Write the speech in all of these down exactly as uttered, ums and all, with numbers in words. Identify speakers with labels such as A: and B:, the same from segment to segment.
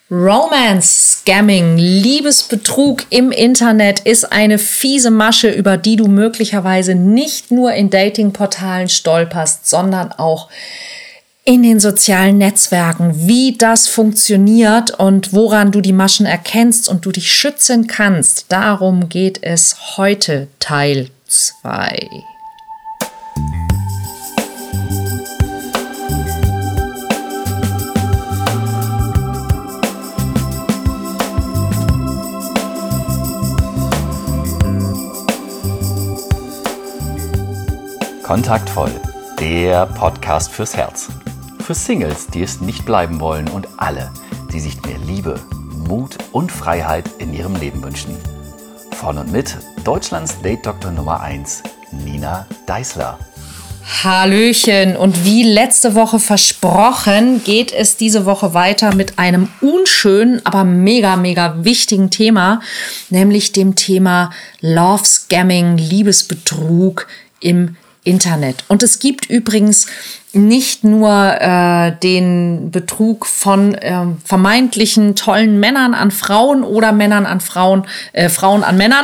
A: Romance Scamming, Liebesbetrug im Internet ist eine fiese Masche, über die du möglicherweise nicht nur in Datingportalen stolperst, sondern auch in den sozialen Netzwerken. Wie das funktioniert und woran du die Maschen erkennst und du dich schützen kannst, darum geht es heute, Teil zwei.
B: Kontaktvoll, der Podcast fürs Herz. Für Singles, die es nicht bleiben wollen und alle, die sich mehr Liebe, Mut und Freiheit in ihrem Leben wünschen. Von und mit Deutschlands Date-Doktor Nummer eins, Nina Deißler.
A: Hallöchen, und wie letzte Woche versprochen, geht es diese Woche weiter mit einem unschönen, aber mega, mega wichtigen Thema, nämlich dem Thema Love Scamming, Liebesbetrug im Internet. Und es gibt übrigens nicht nur äh, den Betrug von äh, vermeintlichen tollen Männern an Frauen oder Männern an Frauen, äh, Frauen an Männern,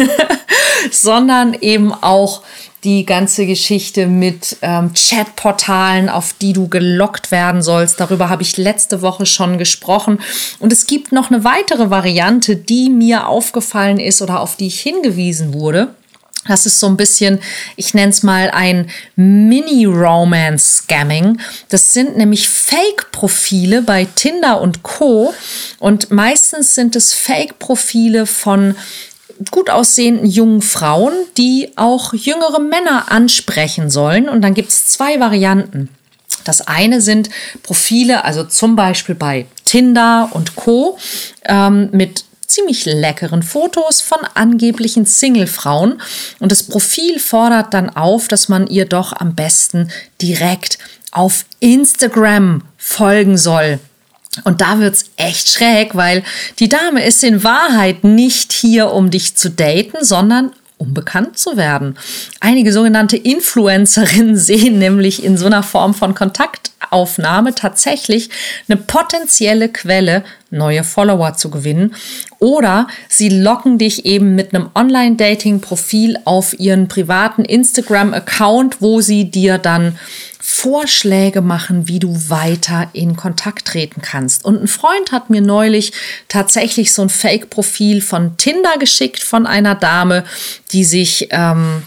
A: sondern eben auch die ganze Geschichte mit ähm, Chatportalen, auf die du gelockt werden sollst. Darüber habe ich letzte Woche schon gesprochen. Und es gibt noch eine weitere Variante, die mir aufgefallen ist oder auf die ich hingewiesen wurde. Das ist so ein bisschen, ich nenne es mal ein Mini-Romance-Scamming. Das sind nämlich Fake-Profile bei Tinder und Co. Und meistens sind es Fake-Profile von gut aussehenden jungen Frauen, die auch jüngere Männer ansprechen sollen. Und dann gibt es zwei Varianten. Das eine sind Profile, also zum Beispiel bei Tinder und Co. Ähm, mit ziemlich leckeren Fotos von angeblichen Single-Frauen. Und das Profil fordert dann auf, dass man ihr doch am besten direkt auf Instagram folgen soll. Und da wird's echt schräg, weil die Dame ist in Wahrheit nicht hier, um dich zu daten, sondern um bekannt zu werden. Einige sogenannte Influencerinnen sehen nämlich in so einer Form von Kontaktaufnahme tatsächlich eine potenzielle Quelle, neue Follower zu gewinnen. Oder sie locken dich eben mit einem Online-Dating-Profil auf ihren privaten Instagram-Account, wo sie dir dann Vorschläge machen, wie du weiter in Kontakt treten kannst. Und ein Freund hat mir neulich tatsächlich so ein Fake-Profil von Tinder geschickt von einer Dame, die sich ähm,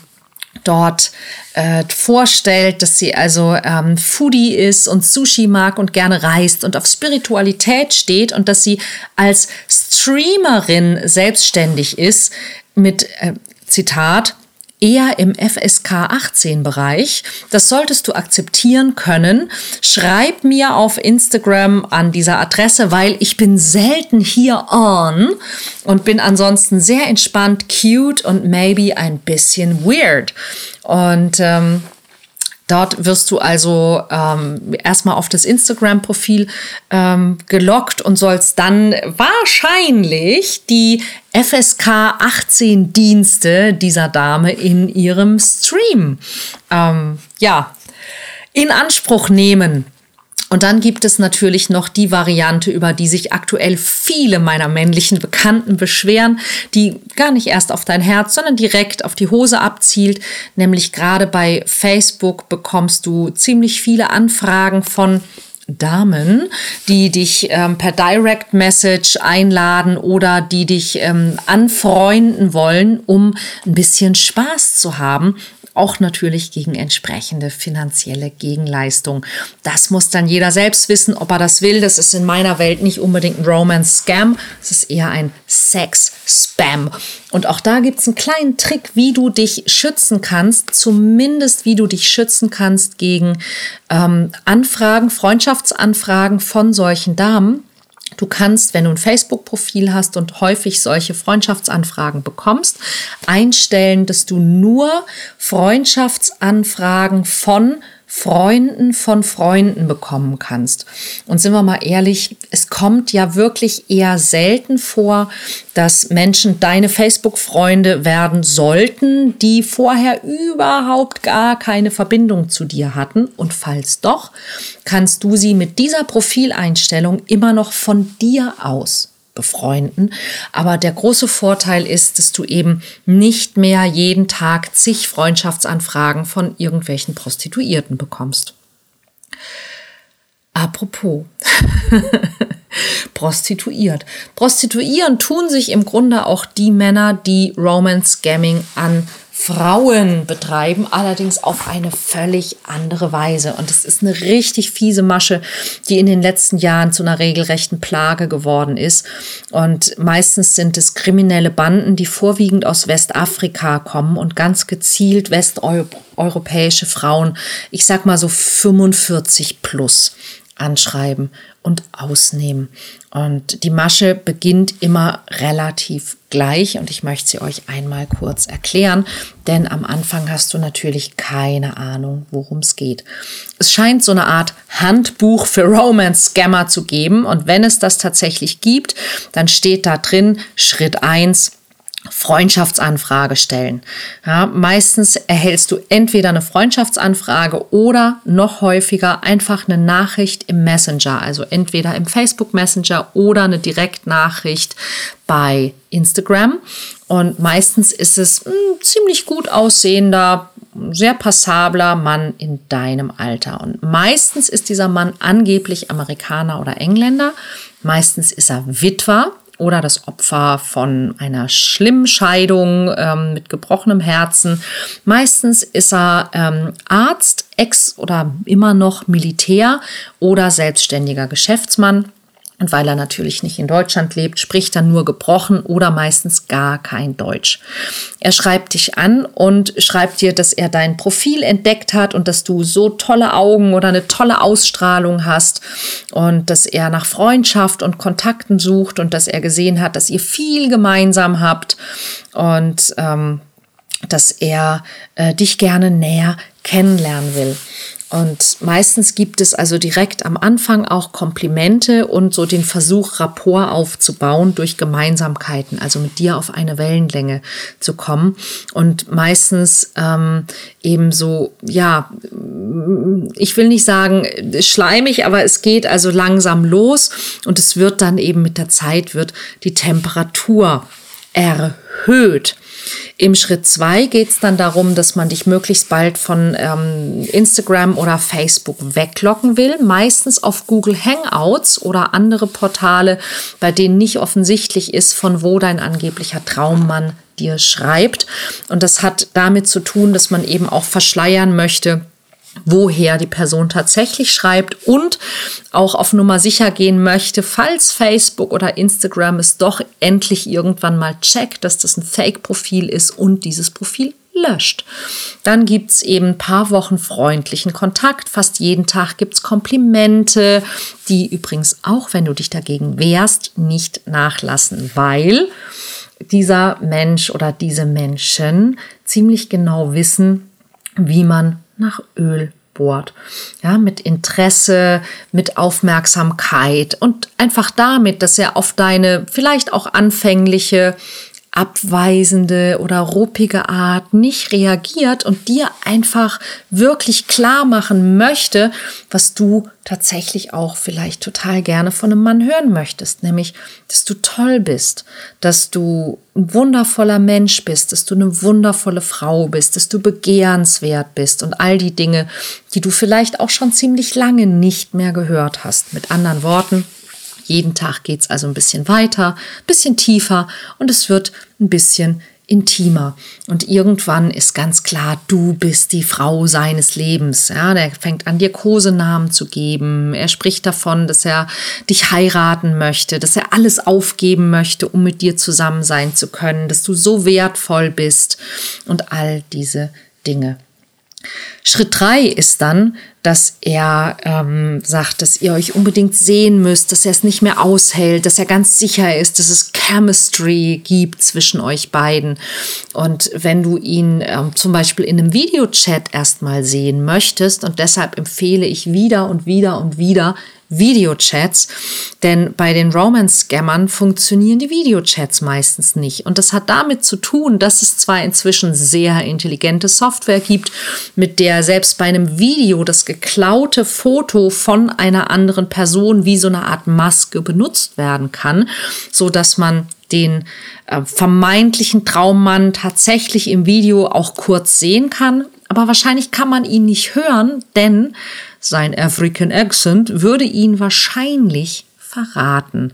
A: dort äh, vorstellt, dass sie also ähm, Foodie ist und Sushi mag und gerne reist und auf Spiritualität steht und dass sie als Streamerin selbstständig ist mit, äh, Zitat, eher im F S K achtzehn Bereich. Das solltest du akzeptieren können. Schreib mir auf Instagram an dieser Adresse, weil ich bin selten hier on und bin ansonsten sehr entspannt, cute und maybe ein bisschen weird. Und ähm, dort wirst du also ähm, erstmal auf das Instagram-Profil ähm, gelockt und sollst dann wahrscheinlich die F S K achtzehn Dienste dieser Dame in ihrem Stream ähm, ja, in Anspruch nehmen. Und dann gibt es natürlich noch die Variante, über die sich aktuell viele meiner männlichen Bekannten beschweren, die gar nicht erst auf dein Herz, sondern direkt auf die Hose abzielt. Nämlich gerade bei Facebook bekommst du ziemlich viele Anfragen von Damen, die dich ähm, per Direct Message einladen oder die dich ähm, anfreunden wollen, um ein bisschen Spaß zu haben. Auch natürlich gegen entsprechende finanzielle Gegenleistung. Das muss dann jeder selbst wissen, ob er das will. Das ist in meiner Welt nicht unbedingt ein Romance-Scam. Es ist eher ein Sex-Spam. Und auch da gibt es einen kleinen Trick, wie du dich schützen kannst. Zumindest wie du dich schützen kannst gegen ähm, Anfragen, Freundschaftsanfragen von solchen Damen. Du kannst, wenn du ein Facebook-Profil hast und häufig solche Freundschaftsanfragen bekommst, einstellen, dass du nur Freundschaftsanfragen von Freunden von Freunden bekommen kannst. Und sind wir mal ehrlich, es kommt ja wirklich eher selten vor, dass Menschen deine Facebook-Freunde werden sollten, die vorher überhaupt gar keine Verbindung zu dir hatten. Und falls doch, kannst du sie mit dieser Profileinstellung immer noch von dir aus befreunden. Aber der große Vorteil ist, dass du eben nicht mehr jeden Tag zig Freundschaftsanfragen von irgendwelchen Prostituierten bekommst. Apropos Prostituiert. Prostituieren tun sich im Grunde auch die Männer, die Romance-Scamming an Frauen betreiben, allerdings auf eine völlig andere Weise. Und es ist eine richtig fiese Masche, die in den letzten Jahren zu einer regelrechten Plage geworden ist. Und meistens sind es kriminelle Banden, die vorwiegend aus Westafrika kommen und ganz gezielt westeuropäische Frauen, ich sag mal so fünfundvierzig plus, anschreiben und ausnehmen. Und die Masche beginnt immer relativ gleich und ich möchte sie euch einmal kurz erklären, denn am Anfang hast du natürlich keine Ahnung, worum es geht. Es scheint so eine Art Handbuch für Romance-Scammer zu geben und wenn es das tatsächlich gibt, dann steht da drin Schritt eins, Freundschaftsanfrage stellen. Ja, meistens erhältst du entweder eine Freundschaftsanfrage oder noch häufiger einfach eine Nachricht im Messenger, also entweder im Facebook Messenger oder eine Direktnachricht bei Instagram. Und meistens ist es ein ziemlich gut aussehender, sehr passabler Mann in deinem Alter. Und meistens ist dieser Mann angeblich Amerikaner oder Engländer. Meistens ist er Witwer oder das Opfer von einer schlimmen Scheidung ähm, mit gebrochenem Herzen. Meistens ist er ähm, Arzt, Ex- oder immer noch Militär oder selbstständiger Geschäftsmann. Und weil er natürlich nicht in Deutschland lebt, spricht er nur gebrochen oder meistens gar kein Deutsch. Er schreibt dich an und schreibt dir, dass er dein Profil entdeckt hat und dass du so tolle Augen oder eine tolle Ausstrahlung hast und dass er nach Freundschaft und Kontakten sucht und dass er gesehen hat, dass ihr viel gemeinsam habt und ähm, dass er äh, dich gerne näher kennenlernen will. Und meistens gibt es also direkt am Anfang auch Komplimente und so den Versuch, Rapport aufzubauen durch Gemeinsamkeiten, also mit dir auf eine Wellenlänge zu kommen. Und meistens ähm, eben so, ja, ich will nicht sagen schleimig, aber es geht also langsam los und es wird dann eben mit der Zeit wird die Temperatur erhöht. Im Schritt zwei geht es dann darum, dass man dich möglichst bald von ähm, Instagram oder Facebook weglocken will. Meistens auf Google Hangouts oder andere Portale, bei denen nicht offensichtlich ist, von wo dein angeblicher Traummann dir schreibt. Und das hat damit zu tun, dass man eben auch verschleiern möchte, woher die Person tatsächlich schreibt und auch auf Nummer sicher gehen möchte, falls Facebook oder Instagram es doch endlich irgendwann mal checkt, dass das ein Fake-Profil ist und dieses Profil löscht. Dann gibt es eben ein paar Wochen freundlichen Kontakt. Fast jeden Tag gibt es Komplimente, die übrigens auch, wenn du dich dagegen wehrst, nicht nachlassen, weil dieser Mensch oder diese Menschen ziemlich genau wissen, wie man nach Öl bohrt. Ja, mit Interesse, mit Aufmerksamkeit und einfach damit, dass er auf deine vielleicht auch anfängliche, abweisende oder ruppige Art nicht reagiert und dir einfach wirklich klar machen möchte, was du tatsächlich auch vielleicht total gerne von einem Mann hören möchtest, nämlich, dass du toll bist, dass du ein wundervoller Mensch bist, dass du eine wundervolle Frau bist, dass du begehrenswert bist und all die Dinge, die du vielleicht auch schon ziemlich lange nicht mehr gehört hast. Mit anderen Worten, jeden Tag geht es also ein bisschen weiter, ein bisschen tiefer und es wird ein bisschen intimer. Und irgendwann ist ganz klar, du bist die Frau seines Lebens. Ja, der fängt an, dir Kosenamen zu geben. Er spricht davon, dass er dich heiraten möchte, dass er alles aufgeben möchte, um mit dir zusammen sein zu können, dass du so wertvoll bist und all diese Dinge. Schritt drei ist dann, dass er ähm, sagt, dass ihr euch unbedingt sehen müsst, dass er es nicht mehr aushält, dass er ganz sicher ist, dass es Chemistry gibt zwischen euch beiden. Und wenn du ihn ähm, zum Beispiel in einem Videochat erstmal sehen möchtest, und deshalb empfehle ich wieder und wieder und wieder Videochats, denn bei den Romance-Scammern funktionieren die Videochats meistens nicht. Und das hat damit zu tun, dass es zwar inzwischen sehr intelligente Software gibt, mit der selbst bei einem Video das geklaute Foto von einer anderen Person wie so eine Art Maske benutzt werden kann, so dass man den äh, vermeintlichen Traummann tatsächlich im Video auch kurz sehen kann. Aber wahrscheinlich kann man ihn nicht hören, denn sein African Accent würde ihn wahrscheinlich verraten.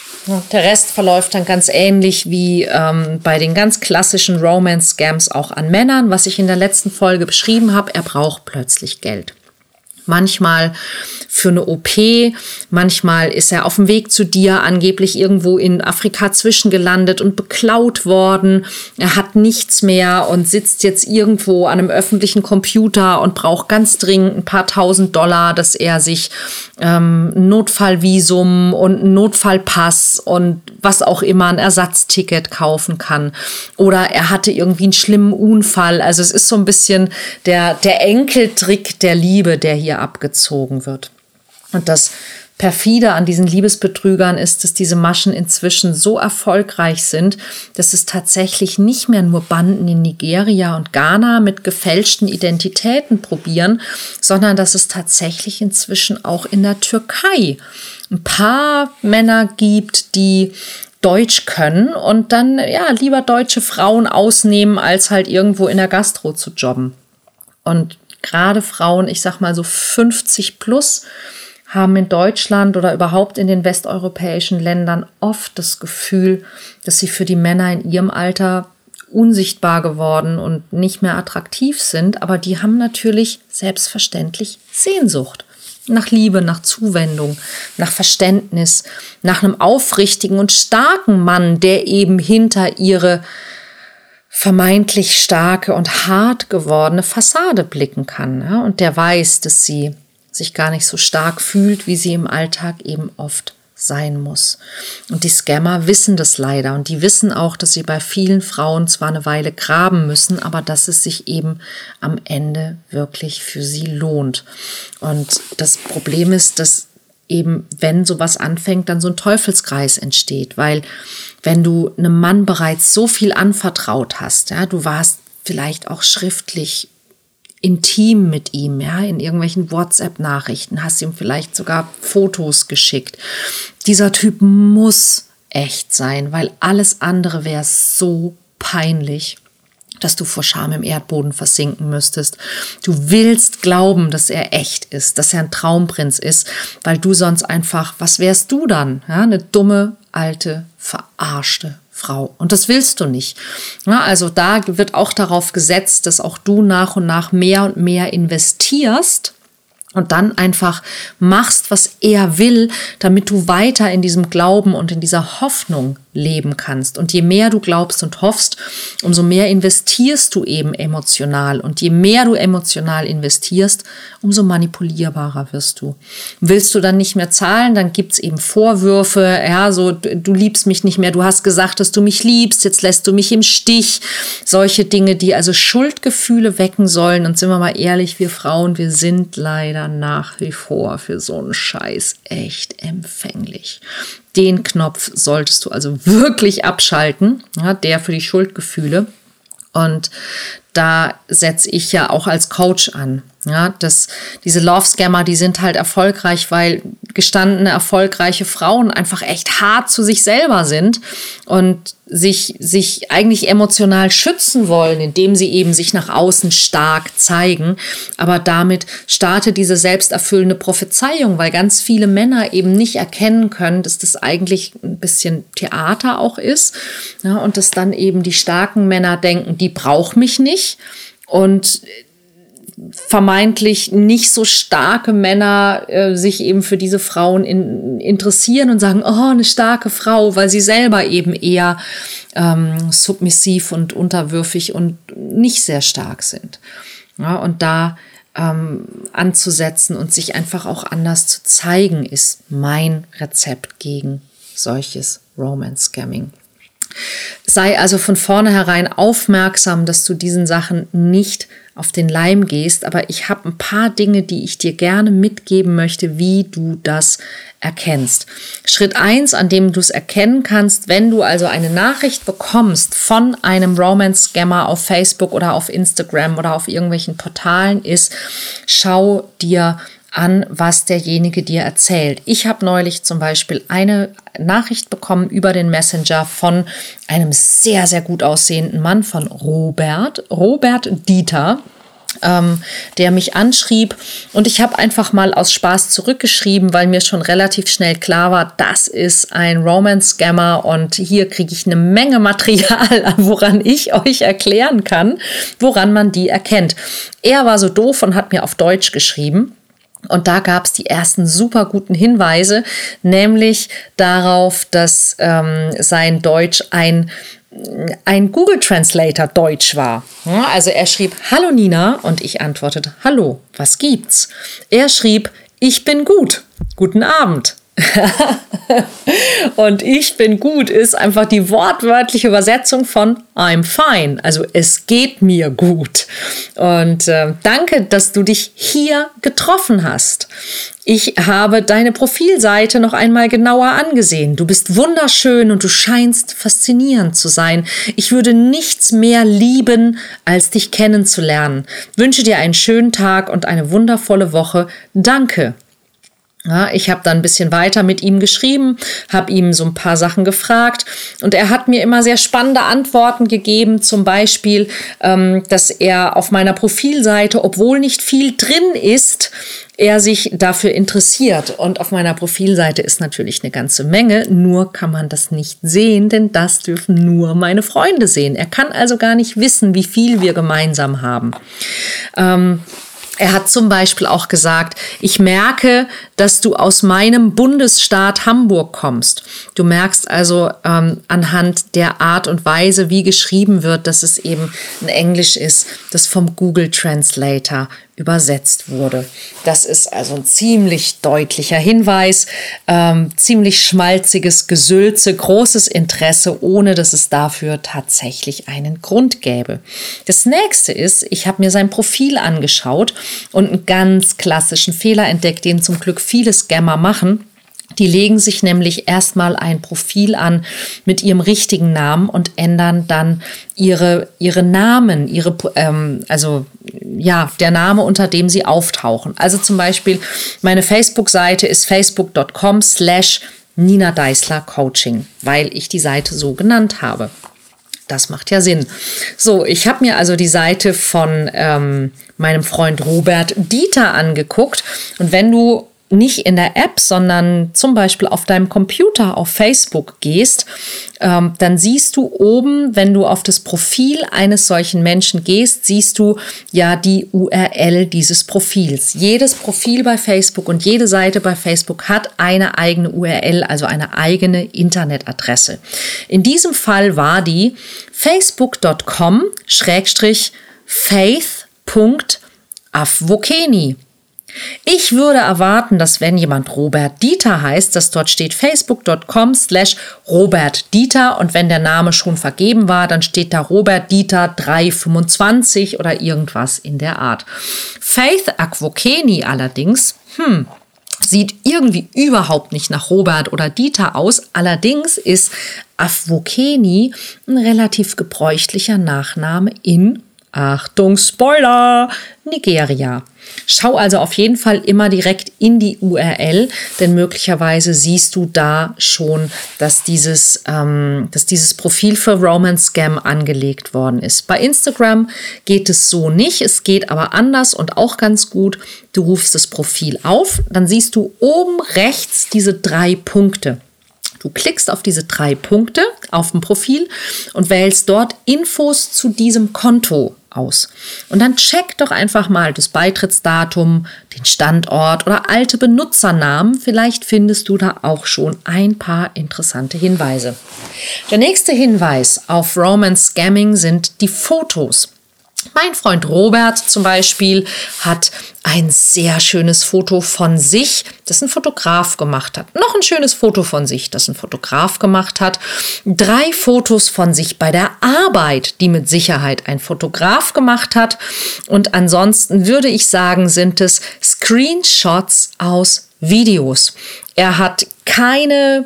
A: Der Rest verläuft dann ganz ähnlich wie ähm, bei den ganz klassischen Romance-Scams auch an Männern, was ich in der letzten Folge beschrieben habe. Er braucht plötzlich Geld. Manchmal für eine O P, manchmal ist er auf dem Weg zu dir angeblich irgendwo in Afrika zwischengelandet und beklaut worden. Er hat nichts mehr und sitzt jetzt irgendwo an einem öffentlichen Computer und braucht ganz dringend ein paar tausend Dollar, dass er sich ähm, ein Notfallvisum und einen Notfallpass und was auch immer, ein Ersatzticket kaufen kann. Oder er hatte irgendwie einen schlimmen Unfall. Also es ist so ein bisschen der, der Enkeltrick der Liebe, der hier abgezogen wird. Und das Perfide an diesen Liebesbetrügern ist, dass diese Maschen inzwischen so erfolgreich sind, dass es tatsächlich nicht mehr nur Banden in Nigeria und Ghana mit gefälschten Identitäten probieren, sondern dass es tatsächlich inzwischen auch in der Türkei ein paar Männer gibt, die Deutsch können und dann ja lieber deutsche Frauen ausnehmen, als halt irgendwo in der Gastro zu jobben. Und gerade Frauen, ich sag mal so fünfzig plus, haben in Deutschland oder überhaupt in den westeuropäischen Ländern oft das Gefühl, dass sie für die Männer in ihrem Alter unsichtbar geworden und nicht mehr attraktiv sind. Aber die haben natürlich selbstverständlich Sehnsucht nach Liebe, nach Zuwendung, nach Verständnis, nach einem aufrichtigen und starken Mann, der eben hinter ihre vermeintlich starke und hart gewordene Fassade blicken kann, ja, und der weiß, dass sie sich gar nicht so stark fühlt, wie sie im Alltag eben oft sein muss. Und die Scammer wissen das leider und die wissen auch, dass sie bei vielen Frauen zwar eine Weile graben müssen, aber dass es sich eben am Ende wirklich für sie lohnt. Und das Problem ist, dass eben, wenn sowas anfängt, dann so ein Teufelskreis entsteht, weil wenn du einem Mann bereits so viel anvertraut hast, ja, du warst vielleicht auch schriftlich intim mit ihm, ja, in irgendwelchen WhatsApp-Nachrichten, hast ihm vielleicht sogar Fotos geschickt. Dieser Typ muss echt sein, weil alles andere wäre so peinlich, dass du vor Scham im Erdboden versinken müsstest. Du willst glauben, dass er echt ist, dass er ein Traumprinz ist, weil du sonst einfach, was wärst du dann? Ja, eine dumme, alte, verarschte Frau. Und das willst du nicht. Ja, also da wird auch darauf gesetzt, dass auch du nach und nach mehr und mehr investierst und dann einfach machst, was er will, damit du weiter in diesem Glauben und in dieser Hoffnung leben kannst. Und je mehr du glaubst und hoffst, umso mehr investierst du eben emotional. Und je mehr du emotional investierst, umso manipulierbarer wirst du. Willst du dann nicht mehr zahlen, dann gibt's eben Vorwürfe, ja, so, du liebst mich nicht mehr, du hast gesagt, dass du mich liebst, jetzt lässt du mich im Stich. Solche Dinge, die also Schuldgefühle wecken sollen. Und sind wir mal ehrlich, wir Frauen, wir sind leider nach wie vor für so einen Scheiß echt empfänglich. Den Knopf solltest du also wirklich abschalten, ja, der für die Schuldgefühle. Und da setze ich ja auch als Coach an. Ja, das, diese Love-Scammer, die sind halt erfolgreich, weil gestandene, erfolgreiche Frauen einfach echt hart zu sich selber sind und sich, sich eigentlich emotional schützen wollen, indem sie eben sich nach außen stark zeigen. Aber damit startet diese selbsterfüllende Prophezeiung, weil ganz viele Männer eben nicht erkennen können, dass das eigentlich ein bisschen Theater auch ist. Ja, und dass dann eben die starken Männer denken, die braucht mich nicht. Und vermeintlich nicht so starke Männer äh, sich eben für diese Frauen in, interessieren und sagen, oh, eine starke Frau, weil sie selber eben eher ähm, submissiv und unterwürfig und nicht sehr stark sind. Ja, und da ähm, anzusetzen und sich einfach auch anders zu zeigen, ist mein Rezept gegen solches Romance-Scamming. Sei also von vornherein aufmerksam, dass du diesen Sachen nicht auf den Leim gehst, aber ich habe ein paar Dinge, die ich dir gerne mitgeben möchte, wie du das erkennst. Schritt eins, an dem du es erkennen kannst, wenn du also eine Nachricht bekommst von einem Romance-Scammer auf Facebook oder auf Instagram oder auf irgendwelchen Portalen, ist, schau dir an, was derjenige dir erzählt. Ich habe neulich zum Beispiel eine Nachricht bekommen über den Messenger von einem sehr, sehr gut aussehenden Mann, von Robert, Robert Dieter, ähm, der mich anschrieb, und ich habe einfach mal aus Spaß zurückgeschrieben, weil mir schon relativ schnell klar war, das ist ein Romance-Scammer und hier kriege ich eine Menge Material, woran ich euch erklären kann, woran man die erkennt. Er war so doof und hat mir auf Deutsch geschrieben. Und da gab es die ersten super guten Hinweise, nämlich darauf, dass ähm, sein Deutsch ein, ein Google Translator Deutsch war. Ja, also er schrieb, hallo Nina, und ich antwortete, hallo, was gibt's? Er schrieb, ich bin gut, guten Abend. Und ich bin gut ist einfach die wortwörtliche Übersetzung von I'm fine, also es geht mir gut. Und äh, danke, dass du dich hier getroffen hast. Ich habe deine Profilseite noch einmal genauer angesehen. Du bist wunderschön und du scheinst faszinierend zu sein. Ich würde nichts mehr lieben, als dich kennenzulernen. Wünsche dir einen schönen Tag und eine wundervolle Woche. Danke. Ja, ich habe dann ein bisschen weiter mit ihm geschrieben, habe ihm so ein paar Sachen gefragt und er hat mir immer sehr spannende Antworten gegeben, zum Beispiel, ähm, dass er auf meiner Profilseite, obwohl nicht viel drin ist, er sich dafür interessiert. Und auf meiner Profilseite ist natürlich eine ganze Menge, nur kann man das nicht sehen, denn das dürfen nur meine Freunde sehen. Er kann also gar nicht wissen, wie viel wir gemeinsam haben. Ähm, Er hat zum Beispiel auch gesagt, ich merke, dass du aus meinem Bundesstaat Hamburg kommst. Du merkst also ähm, anhand der Art und Weise, wie geschrieben wird, dass es eben ein Englisch ist, das vom Google Translator übersetzt wurde. Das ist also ein ziemlich deutlicher Hinweis, ähm, ziemlich schmalziges Gesülze, großes Interesse, ohne dass es dafür tatsächlich einen Grund gäbe. Das nächste ist, ich habe mir sein Profil angeschaut und einen ganz klassischen Fehler entdeckt, den zum Glück viele Scammer machen. Die legen sich nämlich erstmal ein Profil an mit ihrem richtigen Namen und ändern dann ihre, ihre Namen, ihre, ähm, also ja, der Name, unter dem sie auftauchen. Also zum Beispiel meine Facebook-Seite ist facebook.com slash Nina Deißler Coaching, weil ich die Seite so genannt habe. Das macht ja Sinn. So, ich habe mir also die Seite von ähm, meinem Freund Robert Dieter angeguckt. Und wenn du nicht in der App, sondern zum Beispiel auf deinem Computer auf Facebook gehst, ähm, dann siehst du oben, wenn du auf das Profil eines solchen Menschen gehst, siehst du ja die U R L dieses Profils. Jedes Profil bei Facebook und jede Seite bei Facebook hat eine eigene U R L, also eine eigene Internetadresse. In diesem Fall war die facebook.com schrägstrich faith.avvokeni. Ich würde erwarten, dass wenn jemand Robert Dieter heißt, dass dort steht facebook.com slash Robert Dieter und wenn der Name schon vergeben war, dann steht da Robert Dieter drei fünfundzwanzig oder irgendwas in der Art. Faith Avvokeni allerdings, hm, sieht irgendwie überhaupt nicht nach Robert oder Dieter aus. Allerdings ist Avvokeni ein relativ gebräuchlicher Nachname in, Achtung, Spoiler, Nigeria. Schau also auf jeden Fall immer direkt in die U R L, denn möglicherweise siehst du da schon, dass dieses, ähm, dass dieses Profil für Romance Scam angelegt worden ist. Bei Instagram geht es so nicht, es geht aber anders und auch ganz gut. Du rufst das Profil auf, dann siehst du oben rechts diese drei Punkte. Du klickst auf diese drei Punkte auf dem Profil und wählst dort Infos zu diesem Konto aus. Und dann check doch einfach mal das Beitrittsdatum, den Standort oder alte Benutzernamen. Vielleicht findest du da auch schon ein paar interessante Hinweise. Der nächste Hinweis auf Romance Scamming sind die Fotos. Mein Freund Robert zum Beispiel hat ein sehr schönes Foto von sich, das ein Fotograf gemacht hat. Noch ein schönes Foto von sich, das ein Fotograf gemacht hat. Drei Fotos von sich bei der Arbeit, die mit Sicherheit ein Fotograf gemacht hat. Und ansonsten würde ich sagen, sind es Screenshots aus Videos. Er hat keine...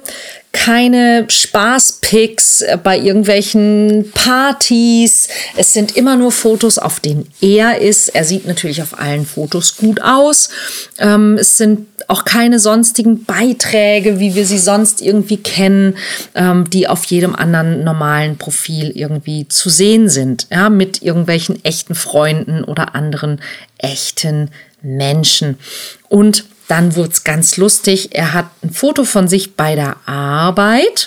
A: keine Spaßpics bei irgendwelchen Partys. Es sind immer nur Fotos, auf denen er ist. Er sieht natürlich auf allen Fotos gut aus. Ähm, es sind auch keine sonstigen Beiträge, wie wir sie sonst irgendwie kennen, ähm, die auf jedem anderen normalen Profil irgendwie zu sehen sind. Ja, mit irgendwelchen echten Freunden oder anderen echten Menschen. Und dann wurde es ganz lustig. Er hat ein Foto von sich bei der Arbeit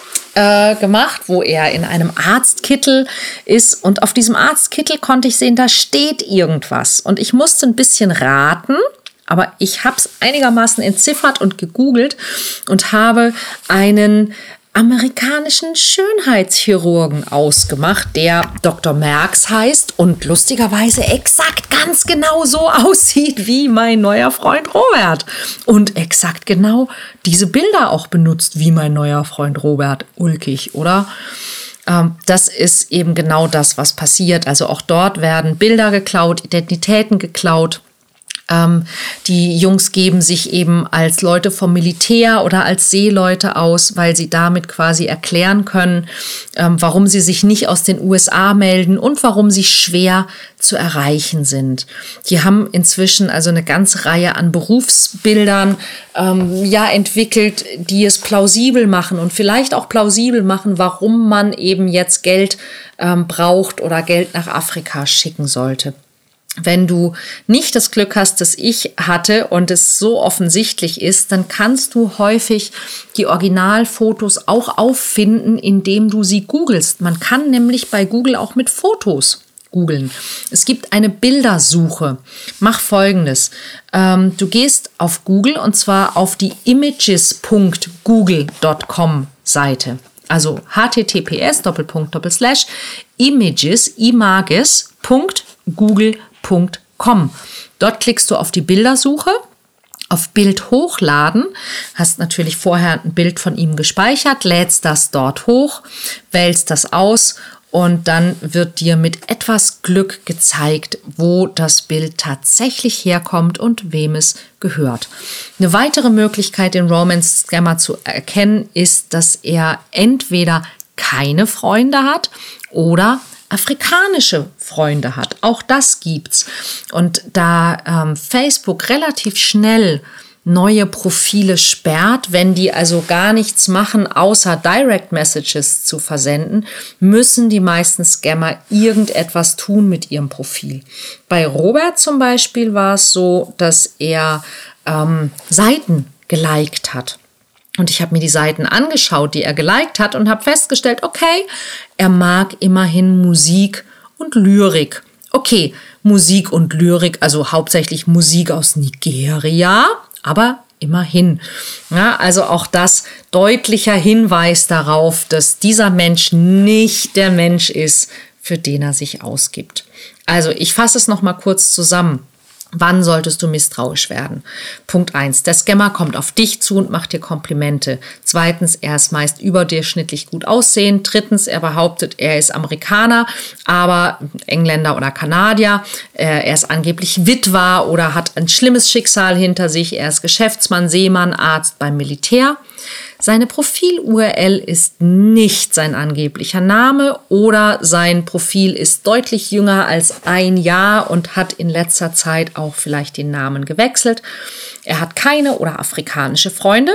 A: äh, gemacht, wo er in einem Arztkittel ist. Und auf diesem Arztkittel konnte ich sehen, da steht irgendwas. Und ich musste ein bisschen raten, aber ich habe es einigermaßen entziffert und gegoogelt und habe einen amerikanischen Schönheitschirurgen ausgemacht, der Doktor Merks heißt und lustigerweise exakt ganz genau so aussieht wie mein neuer Freund Robert und exakt genau diese Bilder auch benutzt wie mein neuer Freund Robert. Ulkig, oder? Ähm, das ist eben genau das, was passiert. Also auch dort werden Bilder geklaut, Identitäten geklaut. Ähm, die Jungs geben sich eben als Leute vom Militär oder als Seeleute aus, weil sie damit quasi erklären können, ähm, warum sie sich nicht aus den U S A melden und warum sie schwer zu erreichen sind. Die haben inzwischen also eine ganze Reihe an Berufsbildern ähm, ja entwickelt, die es plausibel machen und vielleicht auch plausibel machen, warum man eben jetzt Geld ähm, braucht oder Geld nach Afrika schicken sollte. Wenn du nicht das Glück hast, das ich hatte und es so offensichtlich ist, dann kannst du häufig die Originalfotos auch auffinden, indem du sie googelst. Man kann nämlich bei Google auch mit Fotos googeln. Es gibt eine Bildersuche. Mach Folgendes. Ähm, du gehst auf Google und zwar auf die images punkt google punkt com Seite. Also https Doppelpunkt Doppelslash images images Punkt google Punkt com. Dort klickst du auf die Bildersuche, auf Bild hochladen, hast natürlich vorher ein Bild von ihm gespeichert, lädst das dort hoch, wählst das aus und dann wird dir mit etwas Glück gezeigt, wo das Bild tatsächlich herkommt und wem es gehört. Eine weitere Möglichkeit, den Romance-Scammer zu erkennen, ist, dass er entweder keine Freunde hat oder afrikanische Freunde hat. Auch das gibt's. Und da ähm, Facebook relativ schnell neue Profile sperrt, wenn die also gar nichts machen, außer Direct Messages zu versenden, müssen die meisten Scammer irgendetwas tun mit ihrem Profil. Bei Robert zum Beispiel war es so, dass er ähm, Seiten geliked hat. Und ich habe mir die Seiten angeschaut, die er geliked hat und habe festgestellt, okay, er mag immerhin Musik und Lyrik. Okay, Musik und Lyrik, also hauptsächlich Musik aus Nigeria, aber immerhin. Ja, also auch das deutlicher Hinweis darauf, dass dieser Mensch nicht der Mensch ist, für den er sich ausgibt. Also ich fasse es noch mal kurz zusammen. Wann solltest du misstrauisch werden? Punkt eins. Der Scammer kommt auf dich zu und macht dir Komplimente. Zweitens, er ist meist überdurchschnittlich gut aussehend. Drittens, er behauptet, er ist Amerikaner, aber Engländer oder Kanadier. Er ist angeblich Witwer oder hat ein schlimmes Schicksal hinter sich. Er ist Geschäftsmann, Seemann, Arzt beim Militär. Seine Profil-U R L ist nicht sein angeblicher Name oder sein Profil ist deutlich jünger als ein Jahr und hat in letzter Zeit auch vielleicht den Namen gewechselt. Er hat keine oder afrikanische Freunde.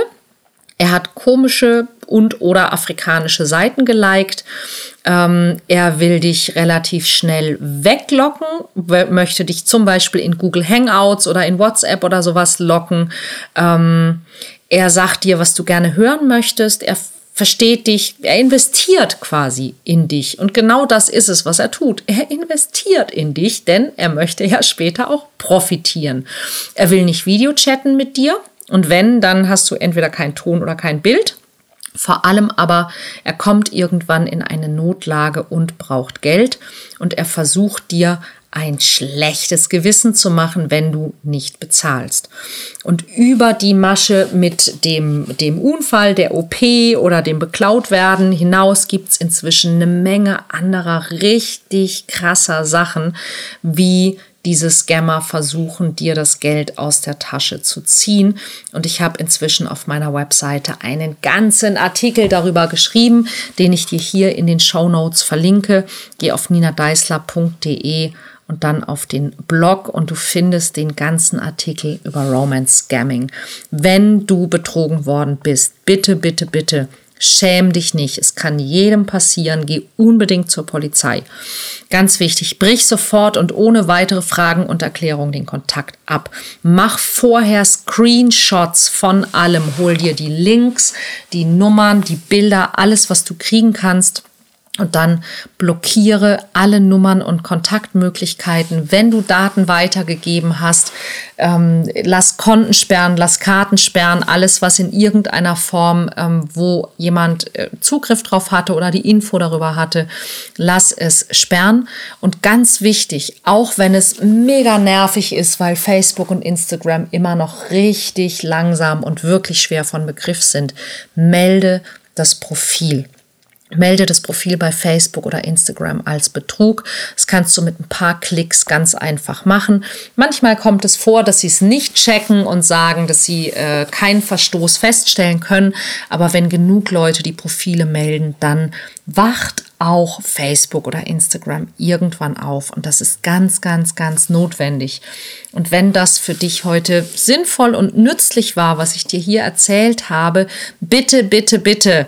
A: Er hat komische und oder afrikanische Seiten geliked. Ähm, er will dich relativ schnell weglocken, möchte dich zum Beispiel in Google Hangouts oder in WhatsApp oder sowas locken. Ähm, er sagt dir, was du gerne hören möchtest. Er versteht dich. Er investiert quasi in dich. Und genau das ist es, was er tut. Er investiert in dich, denn er möchte ja später auch profitieren. Er will nicht Videochatten mit dir. Und wenn, dann hast du entweder keinen Ton oder kein Bild. Vor allem aber, er kommt irgendwann in eine Notlage und braucht Geld und er versucht dir ein schlechtes Gewissen zu machen, wenn du nicht bezahlst. Und über die Masche mit dem, dem Unfall, der O P oder dem Beklautwerden hinaus gibt's inzwischen eine Menge anderer richtig krasser Sachen, wie diese Scammer versuchen, dir das Geld aus der Tasche zu ziehen. Und ich habe inzwischen auf meiner Webseite einen ganzen Artikel darüber geschrieben, den ich dir hier in den Shownotes verlinke. Geh auf nina deisler punkt de und dann auf den Blog und du findest den ganzen Artikel über Romance Scamming. Wenn du betrogen worden bist, bitte, bitte, bitte, schäm dich nicht. Es kann jedem passieren. Geh unbedingt zur Polizei. Ganz wichtig, brich sofort und ohne weitere Fragen und Erklärungen den Kontakt ab. Mach vorher Screenshots von allem. Hol dir die Links, die Nummern, die Bilder, alles, was du kriegen kannst. Und dann blockiere alle Nummern und Kontaktmöglichkeiten. Wenn du Daten weitergegeben hast, ähm, lass Konten sperren, lass Karten sperren, alles, was in irgendeiner Form, ähm, wo jemand äh, Zugriff drauf hatte oder die Info darüber hatte, lass es sperren. Und ganz wichtig, auch wenn es mega nervig ist, weil Facebook und Instagram immer noch richtig langsam und wirklich schwer von Begriff sind, melde das Profil. Melde das Profil bei Facebook oder Instagram als Betrug. Das kannst du mit ein paar Klicks ganz einfach machen. Manchmal kommt es vor, dass sie es nicht checken und sagen, dass sie äh, keinen Verstoß feststellen können. Aber wenn genug Leute die Profile melden, dann wacht auch Facebook oder Instagram irgendwann auf. Und das ist ganz, ganz, ganz notwendig. Und wenn das für dich heute sinnvoll und nützlich war, was ich dir hier erzählt habe, bitte, bitte, bitte,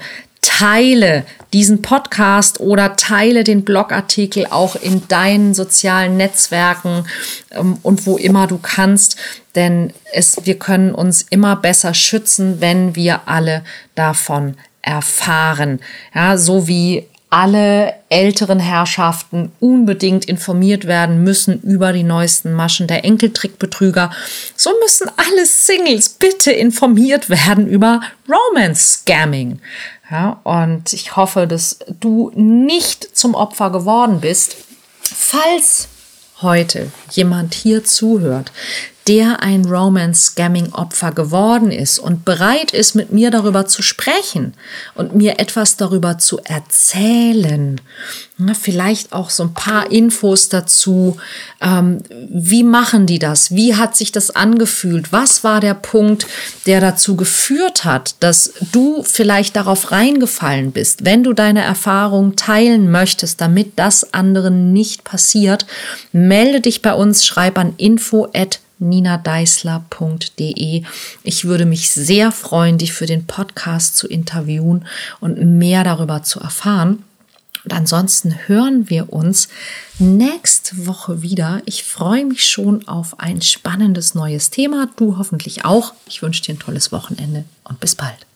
A: teile diesen Podcast oder teile den Blogartikel auch in deinen sozialen Netzwerken ähm, und wo immer du kannst, denn es, wir können uns immer besser schützen, wenn wir alle davon erfahren. Ja, so wie alle älteren Herrschaften unbedingt informiert werden müssen über die neuesten Maschen der Enkeltrickbetrüger. So müssen alle Singles bitte informiert werden über Romance Scamming. Ja, und ich hoffe, dass du nicht zum Opfer geworden bist. Falls heute jemand hier zuhört, der ein Romance-Scamming-Opfer geworden ist und bereit ist, mit mir darüber zu sprechen und mir etwas darüber zu erzählen. Na, vielleicht auch so ein paar Infos dazu. Ähm, wie machen die das? Wie hat sich das angefühlt? Was war der Punkt, der dazu geführt hat, dass du vielleicht darauf reingefallen bist? Wenn du deine Erfahrung teilen möchtest, damit das anderen nicht passiert, melde dich bei uns, schreib an info at nina deisler punkt de. Ich würde mich sehr freuen, dich für den Podcast zu interviewen und mehr darüber zu erfahren. Und ansonsten hören wir uns nächste Woche wieder. Ich freue mich schon auf ein spannendes neues Thema. Du hoffentlich auch. Ich wünsche dir ein tolles Wochenende und bis bald.